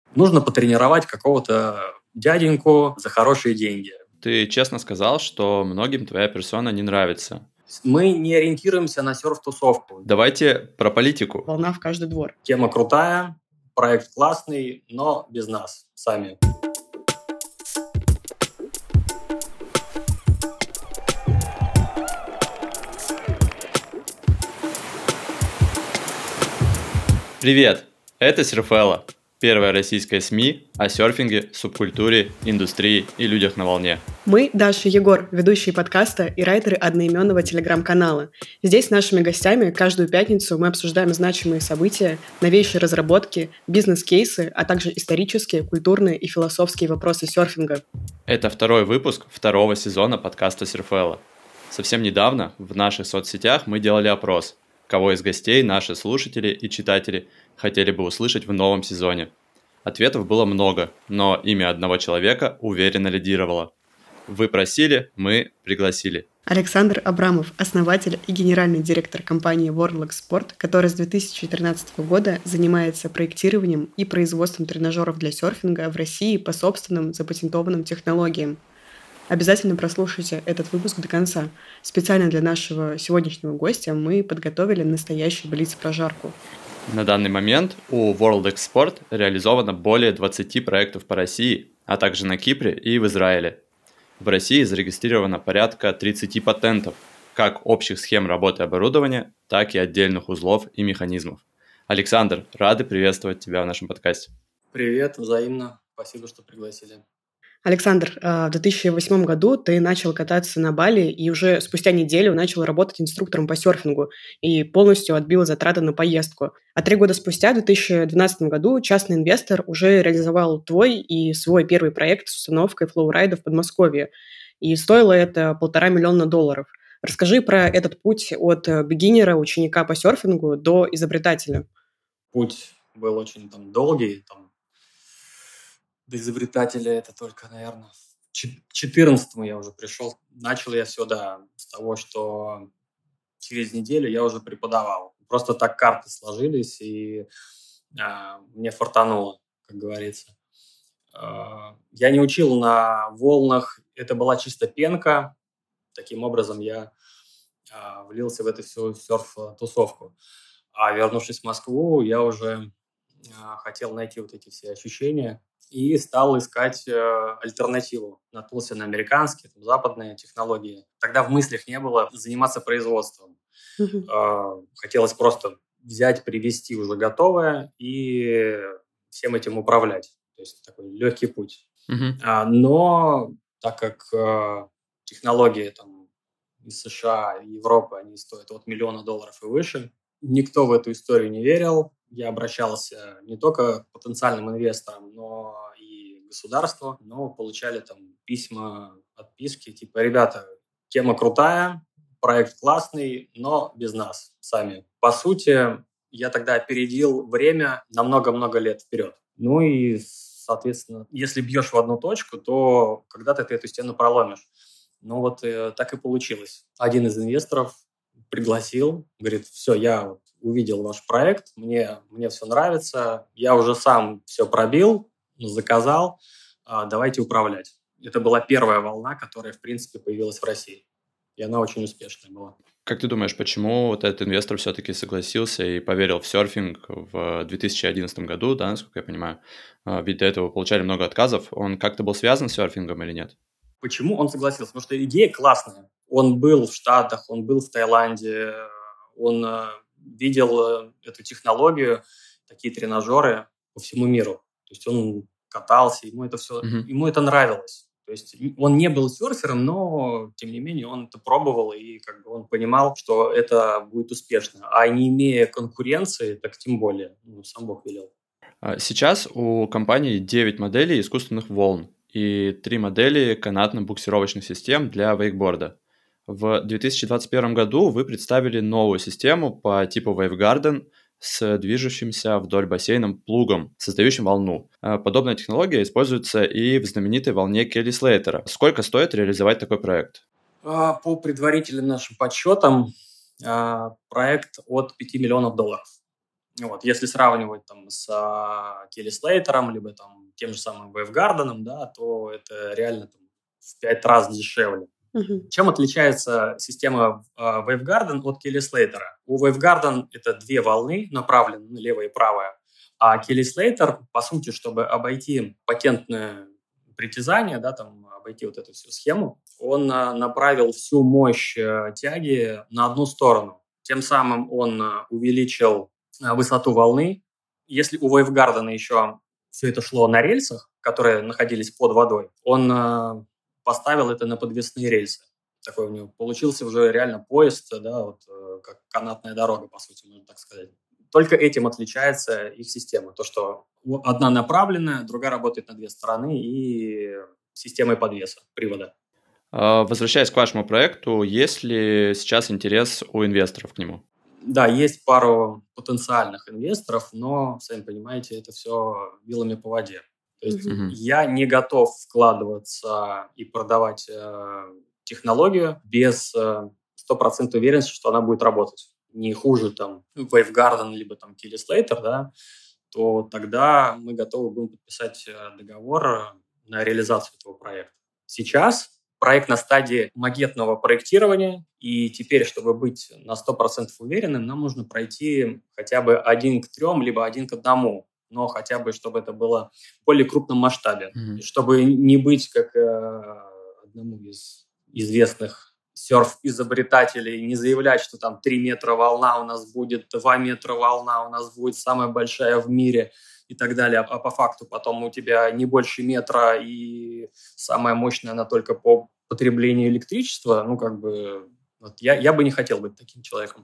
Нужно потренировать какого-то дяденьку за хорошие деньги. Ты честно сказал, что многим твоя персона не нравится. Мы не ориентируемся на серф-тусовку. Давайте про политику. Волна в каждый двор. Тема крутая, проект классный, но без нас, сами. Привет! Это Серфелло, первая российская СМИ о серфинге, субкультуре, индустрии и людях на волне. Мы, Даша и Егор, ведущие подкаста и райтеры одноименного телеграм-канала. Здесь с нашими гостями каждую пятницу мы обсуждаем значимые события, новейшие разработки, бизнес-кейсы, а также исторические, культурные и философские вопросы серфинга. Это второй выпуск второго сезона подкаста Серфелло. Совсем недавно в наших соцсетях мы делали опрос, кого из гостей наши слушатели и читатели хотели бы услышать в новом сезоне. Ответов было много, но имя одного человека уверенно лидировало. Вы просили, мы пригласили. Александр Абрамов, основатель и генеральный директор компании Worldlock Sport, который с 2013 года занимается проектированием и производством тренажеров для серфинга в России по собственным запатентованным технологиям. Обязательно прослушайте этот выпуск до конца. Специально для нашего сегодняшнего гостя мы подготовили настоящий блиц-прожарку. На данный момент у Worldlock Sport реализовано более 20 проектов по России, а также на Кипре и в Израиле. В России зарегистрировано порядка 30 патентов, как общих схем работы оборудования, так и отдельных узлов и механизмов. Александр, рады приветствовать тебя в нашем подкасте. Привет, взаимно. Спасибо, что пригласили. Александр, в 2008 году ты начал кататься на Бали и уже спустя неделю начал работать инструктором по серфингу и полностью отбил затраты на поездку. А 3 года спустя, в 2012 году, частный инвестор уже реализовал твой и свой первый проект с установкой флоурайда в Подмосковье. И стоило это $1,5 миллиона. Расскажи про этот путь от бигинера, ученика по серфингу до изобретателя. Путь был очень долгий, до изобретателя это только, наверное, в 14-му я уже пришел. Начал я все, с того, что через неделю я уже преподавал. Просто так карты сложились, и мне фартануло, как говорится. Я не учил на волнах, это была чисто пенка. Таким образом, я влился в эту всю серф-тусовку. А вернувшись в Москву, я уже хотел найти вот эти все ощущения и стал искать альтернативу. Наткнулся на американские, западные технологии. Тогда в мыслях не было заниматься производством. Хотелось просто взять, привезти уже готовое и всем этим управлять. То есть такой легкий путь. Но так как технологии из США и Европы, они стоят от $1 миллиона и выше, никто в эту историю не верил. Я обращался не только к потенциальным инвесторам, но и государству, но получали письма, отписки, ребята, тема крутая, проект классный, но без нас, сами. По сути, я тогда опередил время на много-много лет вперед. Ну и, соответственно, если бьешь в одну точку, то когда-то ты эту стену проломишь. Так и получилось. Один из инвесторов пригласил, говорит, все, я увидел ваш проект, мне все нравится, я уже сам все пробил, заказал, давайте управлять. Это была первая волна, которая, в принципе, появилась в России, и она очень успешная была. Как ты думаешь, почему этот инвестор все-таки согласился и поверил в серфинг в 2011 году, да, насколько я понимаю? Ведь до этого получали много отказов. Он как-то был связан с серфингом или нет? Почему он согласился? Потому что идея классная. Он был в Штатах, он был в Таиланде, он видел эту технологию, такие тренажеры по всему миру. То есть он катался, ему это все, ему это нравилось. То есть он не был серфером, но, тем не менее, он это пробовал, и он понимал, что это будет успешно. А не имея конкуренции, так тем более, сам Бог велел. Сейчас у компании 9 моделей искусственных волн и 3 модели канатно-буксировочных систем для вейкборда. В 2021 году вы представили новую систему по типу Wavegarden с движущимся вдоль бассейна плугом, создающим волну. Подобная технология используется и в знаменитой волне Келли Слейтера. Сколько стоит реализовать такой проект? По предварительным нашим подсчетам, проект от $5 миллионов. Вот, если сравнивать там с Келли Слейтером, либо там тем же самым Wavegarden, да, то это реально там, в 5 раз дешевле. Чем отличается система Wavegarden от Kelly Slater? У Wavegarden это 2 волны, направленные левая и правая, а Kelly Slater, по сути, чтобы обойти патентное притязание, да, там, обойти вот эту всю схему, он направил всю мощь тяги на одну сторону. Тем самым он увеличил высоту волны. Если у Wavegarden еще все это шло на рельсах, которые находились под водой, он поставил это на подвесные рельсы. Такой у него получился уже реально поезд, да, вот как канатная дорога, по сути, можно так сказать. Только этим отличается их система. То, что одна направленная, другая работает на 2 стороны и системой подвеса, привода. Возвращаясь к вашему проекту, есть ли сейчас интерес у инвесторов к нему? Да, есть пару потенциальных инвесторов, но, сами понимаете, это все вилами по воде. То есть я не готов вкладываться и продавать технологию без 100% уверенности, что она будет работать. Не хуже там Wavegarden, либо там Kelly Slater, да, то тогда мы готовы будем подписать договор на реализацию этого проекта. Сейчас проект на стадии макетного проектирования, и теперь, чтобы быть на 100% уверенным, нам нужно пройти хотя бы 1 к 3, либо 1 к 1, но хотя бы, чтобы это было в более крупном масштабе. И чтобы не быть как одному из известных серф-изобретателей, не заявлять, что там 3 метра волна у нас будет, 2 метра волна у нас будет самая большая в мире и так далее, а по факту потом у тебя не больше метра и самая мощная она только по потреблению электричества, ну, как бы, вот я бы не хотел быть таким человеком.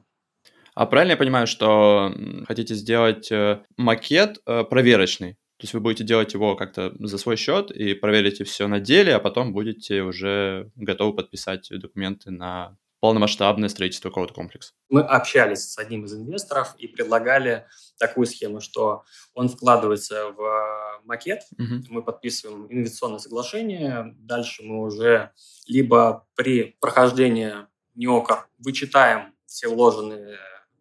А правильно я понимаю, что хотите сделать макет проверочный? То есть вы будете делать его как-то за свой счет и проверите все на деле, а потом будете уже готовы подписать документы на полномасштабное строительство какого-то комплекса? Мы общались с одним из инвесторов и предлагали такую схему, что он вкладывается в макет, мы подписываем инвестиционное соглашение, дальше мы уже либо при прохождении НИОКа вычитаем все вложенные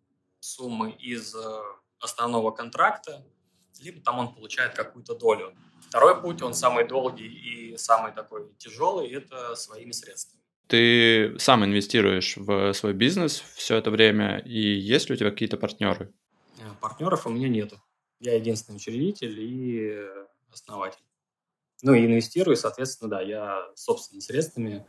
суммы из основного контракта, либо там он получает какую-то долю. Второй путь, он самый долгий и самый такой тяжелый, это своими средствами. Ты сам инвестируешь в свой бизнес все это время, и есть ли у тебя какие-то партнеры? Партнеров у меня нету. Я единственный учредитель и основатель. Ну, и инвестирую, соответственно, да, я собственными средствами.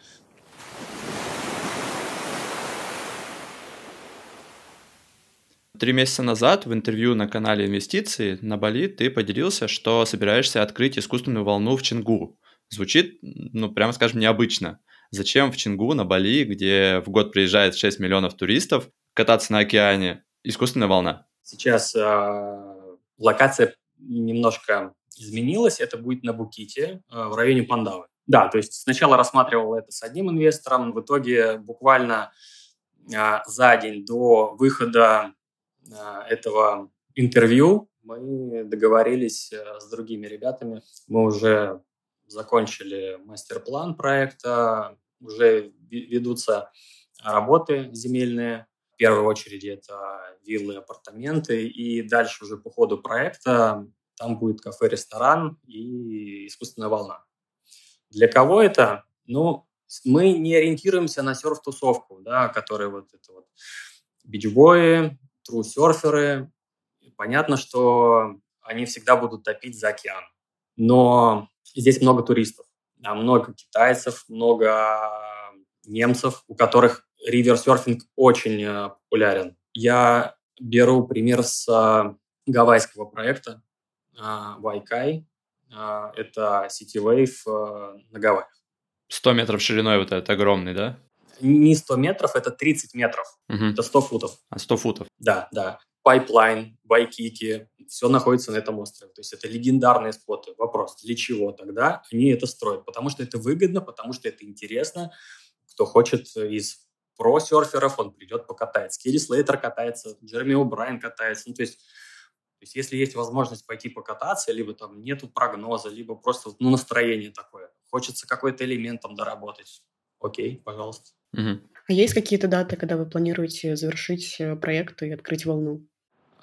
3 месяца назад в интервью на канале «Инвестиции» на Бали ты поделился, что собираешься открыть искусственную волну в Чингу. Звучит, ну, прямо скажем, необычно. Зачем в Чингу, на Бали, где в год приезжает 6 миллионов туристов, кататься на океане искусственная волна? Сейчас локация немножко изменилась. Это будет на Буките, в районе Пандавы. Да, то есть сначала рассматривал это с одним инвестором. В итоге буквально за день до выхода этого интервью мы договорились с другими ребятами. Мы уже закончили мастер-план проекта, уже ведутся работы земельные. В первую очередь это виллы, апартаменты, и дальше уже по ходу проекта там будет кафе-ресторан и искусственная волна. Для кого это? Ну, мы не ориентируемся на серф-тусовку, да, которые вот это вот бичбои, тру-серферы. Понятно, что они всегда будут топить за океан. Но здесь много туристов, много китайцев, много немцев, у которых риверсерфинг очень популярен. Я беру пример с гавайского проекта Вайкай. Это City Wave на Гавайях. 100 метров шириной вот этот огромный, да? Не 100 метров, это 30 метров. Это 100 футов. 100 футов. Да. Пайплайн, Вайкики, все находится на этом острове. То есть это легендарные споты. Вопрос, для чего тогда они это строят? Потому что это выгодно, потому что это интересно. Кто хочет из про-серферов, он придет покатается. Келли Слейтер катается, Джереми О'Брайен катается. Ну, то есть если есть возможность пойти покататься, либо там нету прогноза, либо просто настроение такое. Хочется какой-то элемент там доработать. Окей, пожалуйста. А есть какие-то даты, когда вы планируете завершить проект и открыть волну?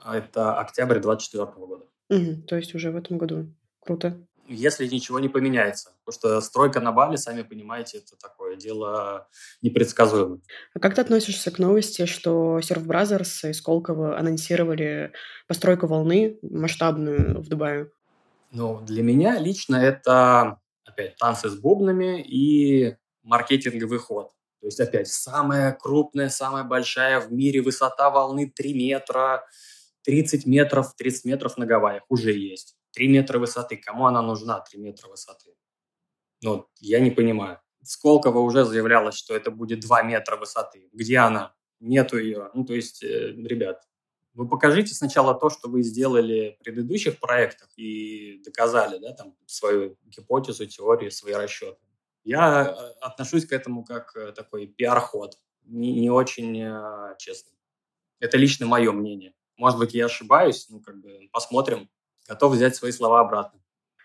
Это октябрь 2024 года. То есть уже в этом году. Круто. Если ничего не поменяется. Потому что стройка на Бали, сами понимаете, это такое дело непредсказуемое. А как ты относишься к новости, что Surf Brothers и Сколково анонсировали постройку волны масштабную в Дубае? Ну, для меня лично это, опять, танцы с бубнами и маркетинговый ход. То есть, опять, самая крупная, самая большая в мире высота волны 3 метра, 30 метров на Гавайях уже есть. 3 метра высоты. Кому она нужна, 3 метра высоты? Ну, я не понимаю. Сколково уже заявлялось, что это будет 2 метра высоты. Где она? Нету ее. Ну, то есть, ребят, вы покажите сначала то, что вы сделали в предыдущих проектах и доказали, да, там, свою гипотезу, теорию, свои расчеты. Я отношусь к этому как такой пиар-ход. Не очень честный. Это лично мое мнение. Может быть, я ошибаюсь, ну, как бы, посмотрим. Готов взять свои слова обратно.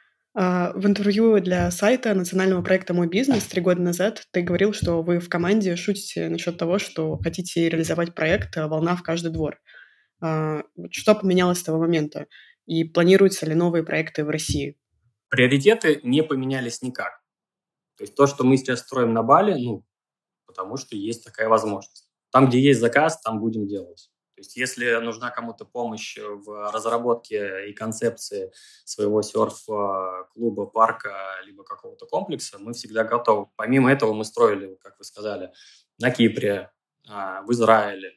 В интервью для сайта национального проекта «Мой бизнес» 3 года назад ты говорил, что вы в команде шутите насчет того, что хотите реализовать проект «Волна в каждый двор». Вот что поменялось с того момента? И планируются ли новые проекты в России? Приоритеты не поменялись никак. То есть то, что мы сейчас строим на Бали, ну, потому что есть такая возможность. Там, где есть заказ, там будем делать. То есть если нужна кому-то помощь в разработке и концепции своего серф-клуба, парка, либо какого-то комплекса, мы всегда готовы. Помимо этого мы строили, как вы сказали, на Кипре, в Израиле,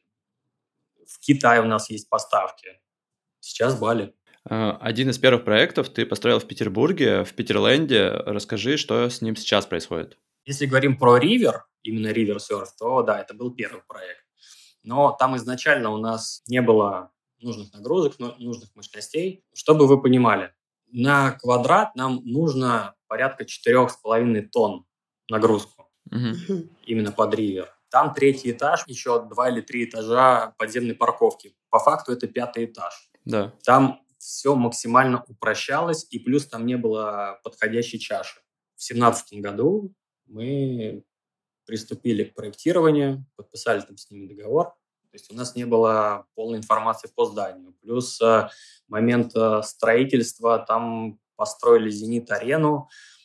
в Китае у нас есть поставки. Сейчас Бали. Один из первых проектов ты построил в Петербурге, в Питерленде. Расскажи, что с ним сейчас происходит. Если говорим про Ривер, именно Ривер Surf, то да, это был первый проект. Но там изначально у нас не было нужных нагрузок, нужных мощностей. Чтобы вы понимали, на квадрат нам нужно порядка 4,5 тонн нагрузку именно под Ривер. Там 3-й этаж, еще 2 или 3 этажа подземной парковки. По факту это 5-й этаж. Да. Там все максимально упрощалось, и плюс там не было подходящей чаши. В 2017 году мы приступили к проектированию, подписали там с ними договор. То есть у нас не было полной информации по зданию. Плюс момент строительства, там построили «Зенит-арену»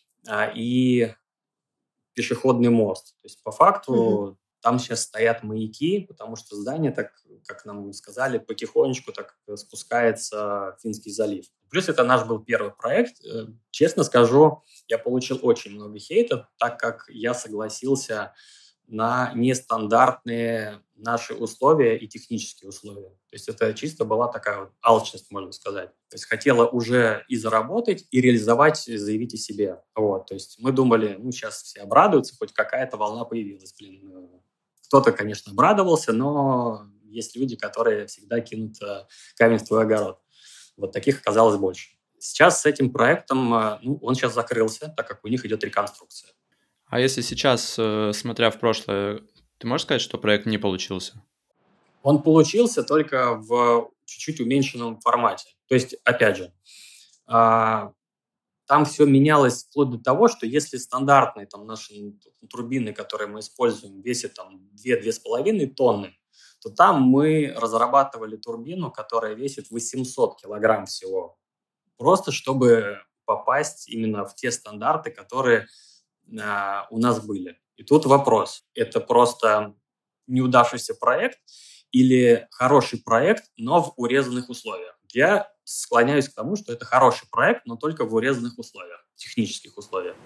и пешеходный мост. То есть по факту там сейчас стоят маяки, потому что здание, так как нам сказали, потихонечку так спускается в Финский залив. Плюс это наш был первый проект. Честно скажу, я получил очень много хейта, так как я согласился на нестандартные наши условия и технические условия. То есть это чисто была такая вот алчность, можно сказать. То есть хотела уже и заработать, и реализовать, заявить о себе. Вот. То есть мы думали, ну, сейчас все обрадуются, хоть какая-то волна появилась. Блин, кто-то, конечно, обрадовался, но есть люди, которые всегда кинут камень в твой огород. Вот таких оказалось больше. Сейчас с этим проектом, он сейчас закрылся, так как у них идет реконструкция. А если сейчас, смотря в прошлое, ты можешь сказать, что проект не получился? Он получился только в чуть-чуть уменьшенном формате. То есть, опять же, там все менялось вплоть до того, что если стандартные там, наши турбины, которые мы используем, весят там 2-2,5 тонны, то там мы разрабатывали турбину, которая весит 800 килограмм всего. Просто чтобы попасть именно в те стандарты, которые у нас были. И тут вопрос. Это просто неудавшийся проект или хороший проект, но в урезанных условиях? Я склоняюсь к тому, что это хороший проект, но только в урезанных условиях, технических условиях.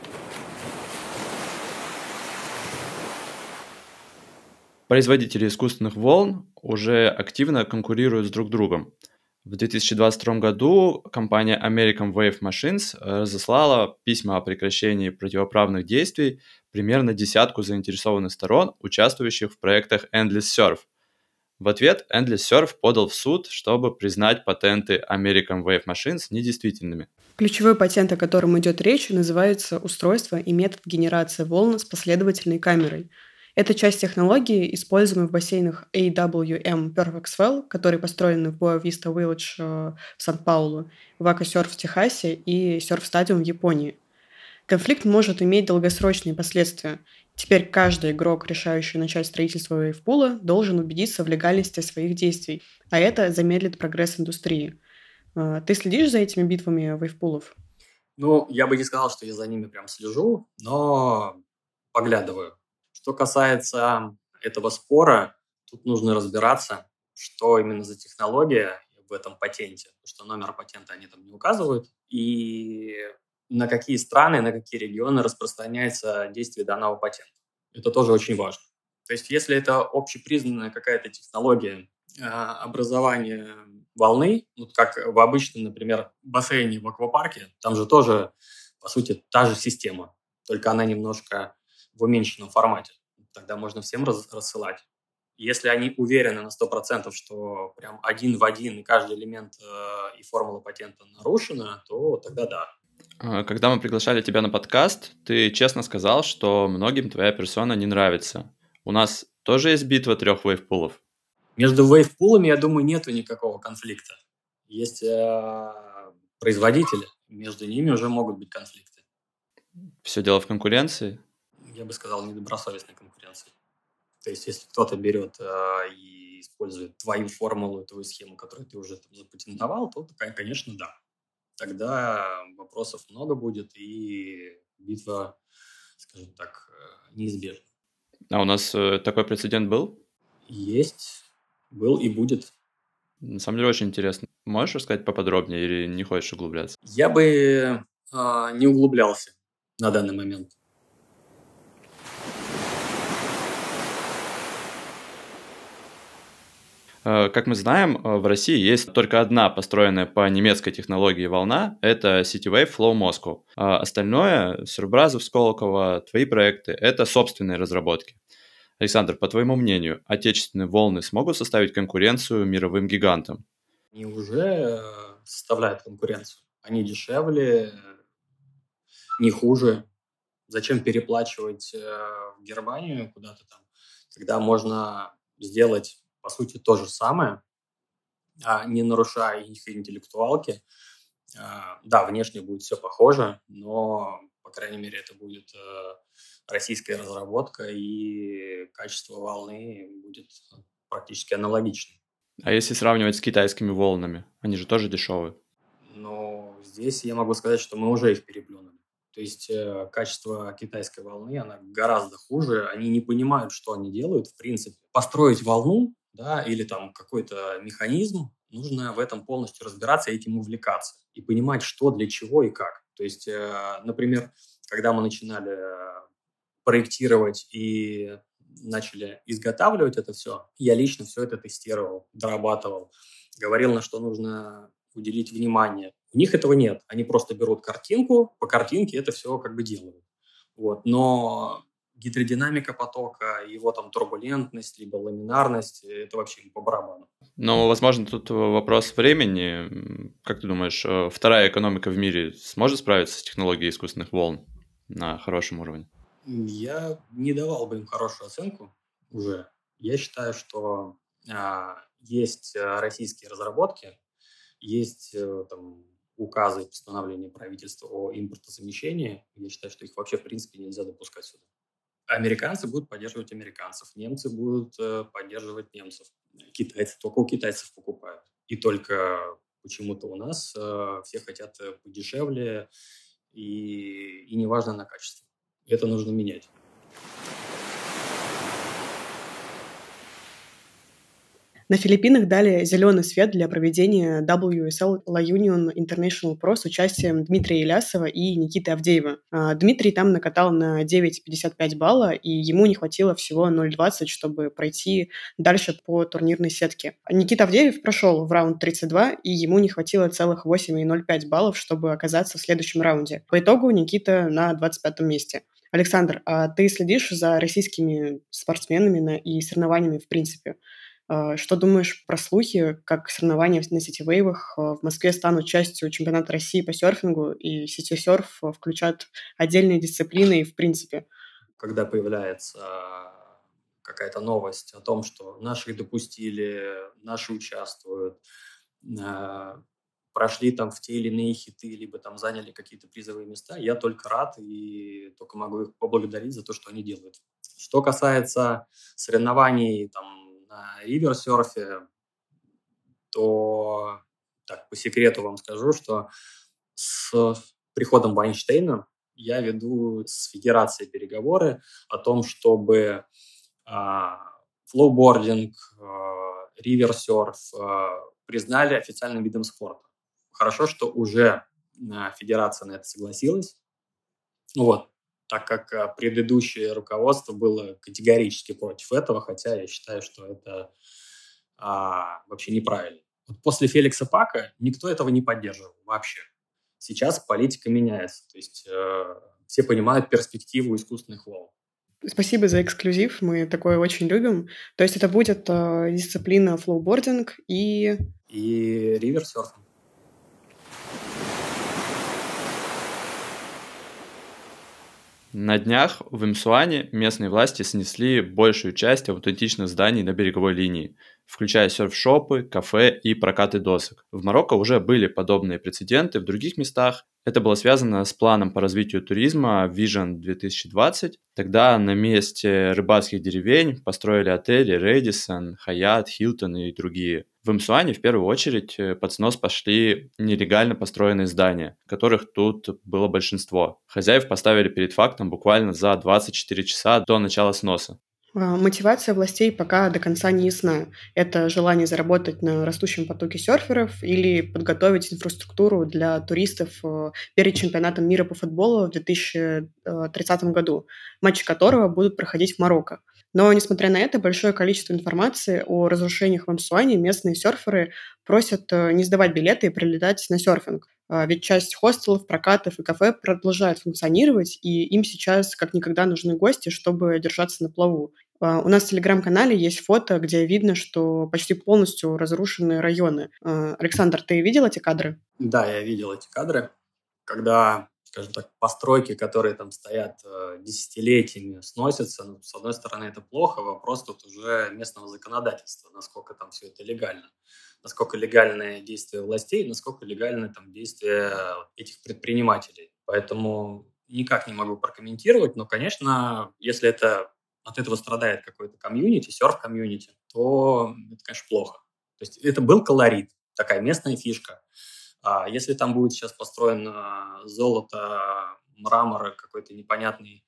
Производители искусственных волн уже активно конкурируют с друг другом. В 2022 году компания American Wave Machines разослала письма о прекращении противоправных действий примерно 10 заинтересованных сторон, участвующих в проектах Endless Surf. В ответ Endless Surf подал в суд, чтобы признать патенты American Wave Machines недействительными. Ключевой патент, о котором идет речь, называется «Устройство и метод генерации волн с последовательной камерой». Это часть технологии, используемой в бассейнах AWM Perfectwell, которые построены в Boa Vista Village в Сан-Паулу, Вака Surf в Техасе и Surf Stadium в Японии. Конфликт может иметь долгосрочные последствия. Теперь каждый игрок, решающий начать строительство вейвпула, должен убедиться в легальности своих действий, а это замедлит прогресс индустрии. Ты следишь за этими битвами вейвпулов? Ну, я бы не сказал, что я за ними прям слежу, но поглядываю. Что касается этого спора, тут нужно разбираться, что именно за технология в этом патенте, потому что номер патента они там не указывают, и на какие страны, на какие регионы распространяется действие данного патента. Это тоже очень важно. То есть, если это общепризнанная какая-то технология образования волны, вот как в обычном, например, бассейне в аквапарке, там же тоже, по сути, та же система, только она немножко в уменьшенном формате. Тогда можно всем рассылать. Если они уверены на 100%, что прям один в один и каждый элемент и формула патента нарушена, то тогда да. Когда мы приглашали тебя на подкаст, ты честно сказал, что многим твоя персона не нравится. У нас тоже есть битва трех вейвпулов. Между вейвпулами, я думаю, нету никакого конфликта. Есть производители, между ними уже могут быть конфликты. Все дело в конкуренции. Я бы сказал, недобросовестной конкуренции. То есть, если кто-то берет и использует твою формулу, твою схему, которую ты уже там запатентовал, то, конечно, да. Тогда вопросов много будет, и битва, скажем так, неизбежна. А у нас такой прецедент был? Есть, был и будет. На самом деле очень интересно. Можешь рассказать поподробнее или не хочешь углубляться? Я бы не углублялся на данный момент. Как мы знаем, в России есть только одна построенная по немецкой технологии волна – это CityWave Flow Moscow. А остальное – Сюрбразов, Сколково, твои проекты – это собственные разработки. Александр, по твоему мнению, отечественные волны смогут составить конкуренцию мировым гигантам? Они уже составляют конкуренцию. Они дешевле, не хуже. Зачем переплачивать в Германию куда-то там, когда можно сделать, по сути, то же самое, не нарушая их интеллектуалки. Да, внешне будет все похоже, но, по крайней мере, это будет российская разработка, и качество волны будет практически аналогичным. А если сравнивать с китайскими волнами, они же тоже дешевые. Но здесь я могу сказать, что мы уже их переплюнули. То есть качество китайской волны, она гораздо хуже. Они не понимают, что они делают, в принципе. Построить волну, да, или там какой-то механизм, нужно в этом полностью разбираться и этим увлекаться. И понимать, что, для чего и как. То есть, например, когда мы начинали проектировать и начали изготавливать это все, я лично все это тестировал, дорабатывал, говорил, на что нужно уделить внимание. У них этого нет. Они просто берут картинку, по картинке это все как бы делают. Вот. Но гидродинамика потока, его там турбулентность, либо ламинарность, это вообще им по барабану. Но, возможно, тут вопрос времени. Как ты думаешь, вторая экономика в мире сможет справиться с технологией искусственных волн на хорошем уровне? Я не давал бы им хорошую оценку уже. Я считаю, что есть российские разработки, есть там указы и постановления правительства о импортозамещении. Я считаю, что их вообще, в принципе, нельзя допускать сюда. Американцы будут поддерживать американцев, немцы будут поддерживать немцев. Китайцы только у китайцев покупают. И только почему-то у нас все хотят подешевле и неважно на качество. Это нужно менять. На Филиппинах дали зеленый свет для проведения WSL La Union International Pro с участием Дмитрия Илясова и Никиты Авдеева. Дмитрий там накатал на 9,55 балла, и ему не хватило всего 0,20, чтобы пройти дальше по турнирной сетке. Никита Авдеев прошел в раунд 32, и ему не хватило целых 8,05 баллов, чтобы оказаться в следующем раунде. По итогу Никита на 25 месте. Александр, а ты следишь за российскими спортсменами и соревнованиями в принципе? Что думаешь про слухи, как соревнования на сетивейвах в Москве станут частью чемпионата России по серфингу, и сетисерф включат отдельные дисциплины и в принципе? Когда появляется какая-то новость о том, что наши допустили, наши участвуют, прошли там в те или иные хиты, либо там заняли какие-то призовые места, я только рад и только могу их поблагодарить за то, что они делают. Что касается соревнований там на риверсерфе, то так, по секрету вам скажу, что с приходом Вайнштейна я веду с федерацией переговоры о том, чтобы флоубординг, риверсерф признали официальным видом спорта. Хорошо, что уже федерация на это согласилась. Вот. Так как предыдущее руководство было категорически против этого, хотя я считаю, что это вообще неправильно. Вот после Феликса Пака никто этого не поддерживал вообще. Сейчас политика меняется, то есть все понимают перспективу искусственных волн. Спасибо за эксклюзив, мы такое очень любим. То есть это будет дисциплина флоубординг и риверсерфинг. На днях в Имсуане местные власти снесли большую часть аутентичных зданий на береговой линии, включая серф-шопы, кафе и прокаты досок. В Марокко уже были подобные прецеденты в других местах. Это было связано с планом по развитию туризма Vision 2020. Тогда на месте рыбацких деревень построили отели Рэдисон, Хаят, Хилтон и другие. В Имсуане в первую очередь под снос пошли нелегально построенные здания, которых тут было большинство. Хозяев поставили перед фактом буквально за 24 часа до начала сноса. Мотивация властей пока до конца не ясна. Это желание заработать на растущем потоке серферов или подготовить инфраструктуру для туристов перед чемпионатом мира по футболу в 2030 году, матчи которого будут проходить в Марокко. Но, несмотря на это, большое количество информации о разрушениях в Амсуане местные серферы просят не сдавать билеты и прилетать на серфинг. Ведь часть хостелов, прокатов и кафе продолжают функционировать, и им сейчас как никогда нужны гости, чтобы держаться на плаву. У нас в Телеграм-канале есть фото, где видно, что почти полностью разрушены районы. Александр, ты видел эти кадры? Да, я видел эти кадры, когда, скажем так, постройки, которые там стоят десятилетиями, сносятся. Ну, с одной стороны, это плохо, вопрос тут уже местного законодательства, насколько там все это легально. Насколько легальные действия властей, насколько легальны там действия этих предпринимателей. Поэтому никак не могу прокомментировать, но, конечно, если это от этого страдает какой-то комьюнити, серф-комьюнити, то это, конечно, плохо. То есть это был колорит, такая местная фишка. А если там будет сейчас построен золото, мрамор, какой-то непонятный,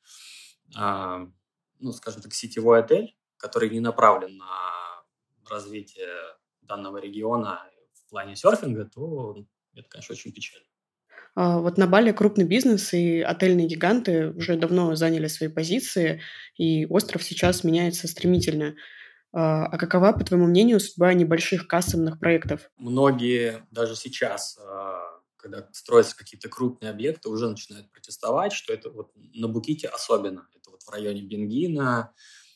ну, скажем так, сетевой отель, который не направлен на развитие данного региона в плане серфинга, то это, конечно, очень печально. Вот на Бали крупный бизнес и отельные гиганты уже давно заняли свои позиции, и остров сейчас меняется стремительно. А какова, по твоему мнению, судьба небольших кассовых проектов? Многие даже сейчас, когда строятся какие-то крупные объекты, уже начинают протестовать, что это вот на Буките особенно. Это вот в районе Бенгина,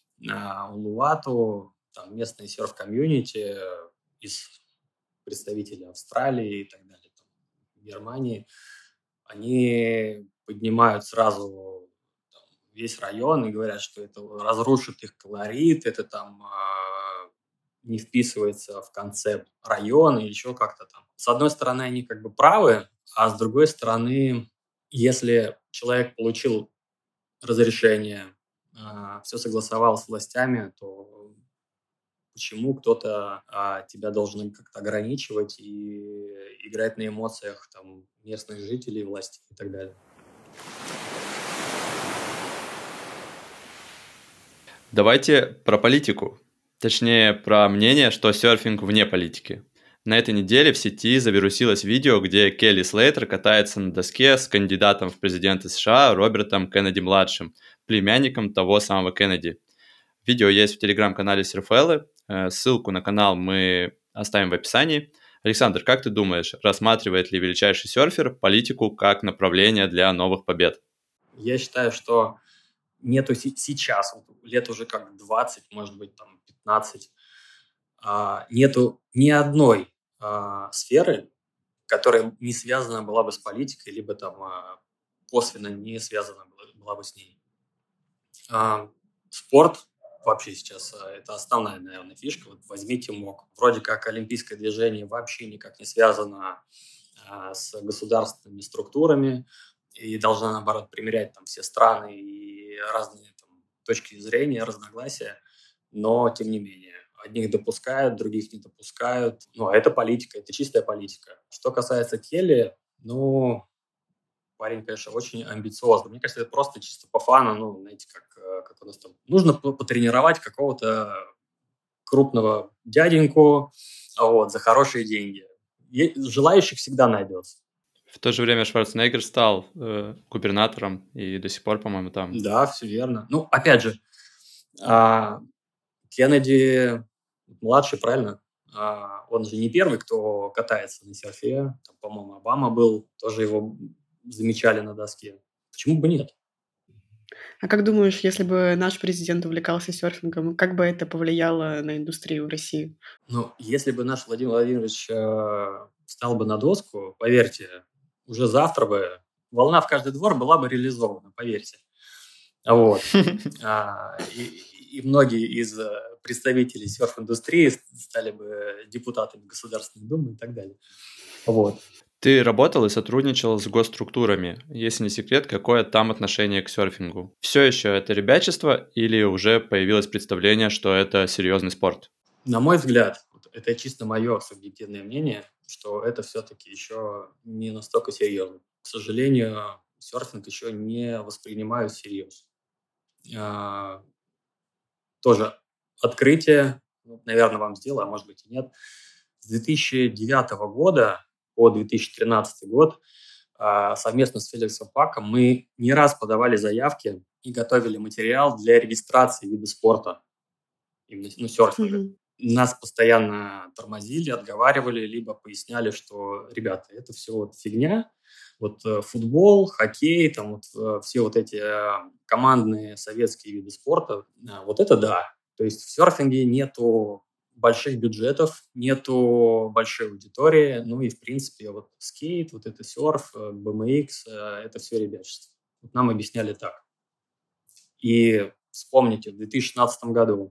Улувату, там местные серф-комьюнити из представителей Австралии и так далее, там, Германии, они поднимают сразу там весь район и говорят, что это разрушит их колорит, это там не вписывается в концепт района или еще как-то там. С одной стороны, они как бы правы, а с другой стороны, если человек получил разрешение, все согласовал с властями, то почему кто-то тебя должен как-то ограничивать и играть на эмоциях там, местных жителей, власти и так далее. Давайте про политику. Точнее, про мнение, что серфинг вне политики. На этой неделе в сети завирусилось видео, где Келли Слейтер катается на доске с кандидатом в президенты США Робертом Кеннеди-младшим, племянником того самого Кеннеди. Видео есть в телеграм-канале Серфеллы. Ссылку на канал мы оставим в описании. Александр, как ты думаешь, рассматривает ли величайший серфер политику как направление для новых побед? Я считаю, что нету сейчас, лет уже как 20, может быть, там 15, нету ни одной сферы, которая не связана была бы с политикой, либо там косвенно не связана была бы с ней. Спорт вообще сейчас это основная, наверное, фишка. Вот возьмите МОК. Вроде как олимпийское движение вообще никак не связано с государственными структурами и должна, наоборот, примерять там все страны и разные там точки зрения, разногласия, но тем не менее. Одних допускают, других не допускают. Ну, а это политика, это чистая политика. Что касается Келли, ну, парень, конечно, очень амбициозный. Мне кажется, это просто чисто по фану, ну, знаете, как у нас там. Нужно потренировать какого-то крупного дяденьку вот, за хорошие деньги. Желающих всегда найдется. В то же время Шварценеггер стал губернатором и до сих пор, по-моему, там. Да, все верно. Ну, опять же, Кеннеди младший, правильно? Он же не первый, кто катается на серфе. Там, по-моему, Обама был, тоже его замечали на доске. Почему бы нет? А как думаешь, если бы наш президент увлекался серфингом, как бы это повлияло на индустрию в России? Ну, если бы наш Владимир Владимирович встал бы на доску, поверьте, уже завтра бы волна в каждый двор была бы реализована, поверьте. Вот. И многие из представителей серф-индустрии стали бы депутатами Государственной Думы и так далее. Вот. Ты работал и сотрудничал с госструктурами. Если не секрет, какое там отношение к серфингу? Все еще это ребячество или уже появилось представление, что это серьезный спорт? На мой взгляд, это чисто мое субъективное мнение, что это все-таки еще не настолько серьезно. К сожалению, серфинг еще не воспринимают всерьез. Тоже открытие, наверное, вам сделаю, а может быть и нет. С 2009 года по 2013 год совместно с Феликсом Паком мы не раз подавали заявки и готовили материал для регистрации вида спорта, именно серфинга. Нас постоянно тормозили, отговаривали, либо поясняли, что, ребята, это все вот фигня, вот футбол, хоккей, там вот все вот эти командные советские виды спорта, вот это да. То есть в серфинге нету больших бюджетов, нету большой аудитории, ну и в принципе вот скейт, вот это серф, BMX, это все ребячество. Вот нам объясняли так. И вспомните, в 2016 году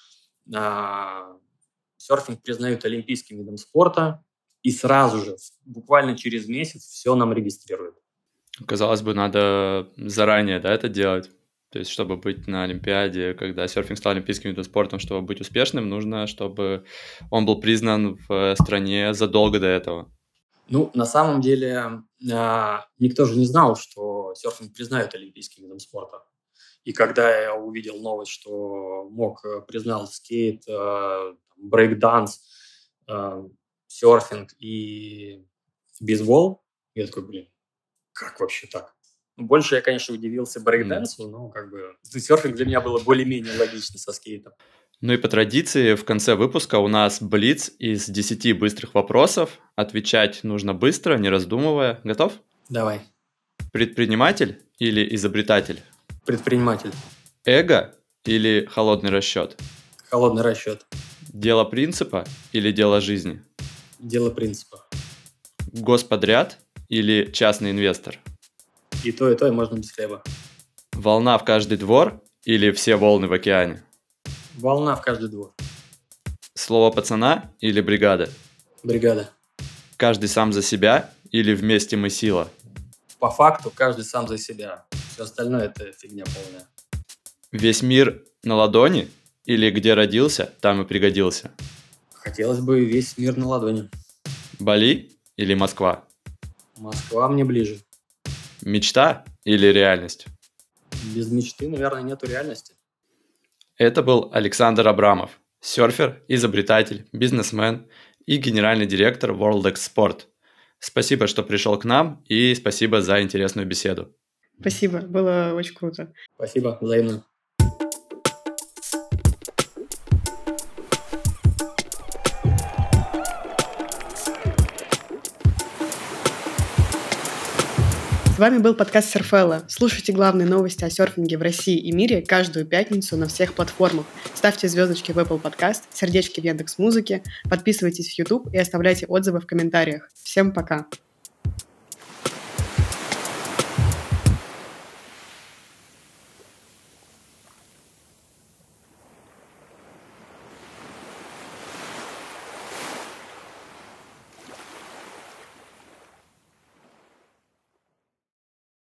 серфинг признают олимпийским видом спорта, и сразу же, буквально через месяц, все нам регистрируют. Казалось бы, надо заранее, да, это делать. То есть, чтобы быть на Олимпиаде, когда серфинг стал олимпийским видом спорта, чтобы быть успешным, нужно, чтобы он был признан в стране задолго до этого. Ну, на самом деле, никто же не знал, что серфинг признают олимпийским видом спорта. И когда я увидел новость, что МОК признал скейт, брейк-данс, серфинг и бейсбол, я такой, блин, как вообще так? Больше я, конечно, удивился брейк-дансу, но как бы серфинг для меня было более-менее логично со скейтом. Ну и по традиции в конце выпуска у нас блиц из 10 быстрых вопросов. Отвечать нужно быстро, не раздумывая. Готов? Давай. Предприниматель или изобретатель? Предприниматель. Эго или холодный расчет? Холодный расчет. Дело принципа или дело жизни? Дело принципа. Господряд или частный инвестор? И то можно без хлеба. Волна в каждый двор или все волны в океане? Волна в каждый двор. Слово пацана или бригада? Бригада. Каждый сам за себя или вместе мы сила? По факту каждый сам за себя. Все остальное это фигня полная. Весь мир на ладони или где родился, там и пригодился? Хотелось бы весь мир на ладони. Бали или Москва? Москва мне ближе. Мечта или реальность? Без мечты, наверное, нету реальности. Это был Александр Абрамов, серфер, изобретатель, бизнесмен и генеральный директор WorldX Sport. Спасибо, что пришел к нам, и спасибо за интересную беседу. Спасибо, было очень круто. Спасибо, взаимно. С вами был подкаст Серфелла. Слушайте главные новости о серфинге в России и мире каждую пятницу на всех платформах. Ставьте звездочки в Apple Podcast, сердечки в Яндекс.Музыке, подписывайтесь в YouTube и оставляйте отзывы в комментариях. Всем пока!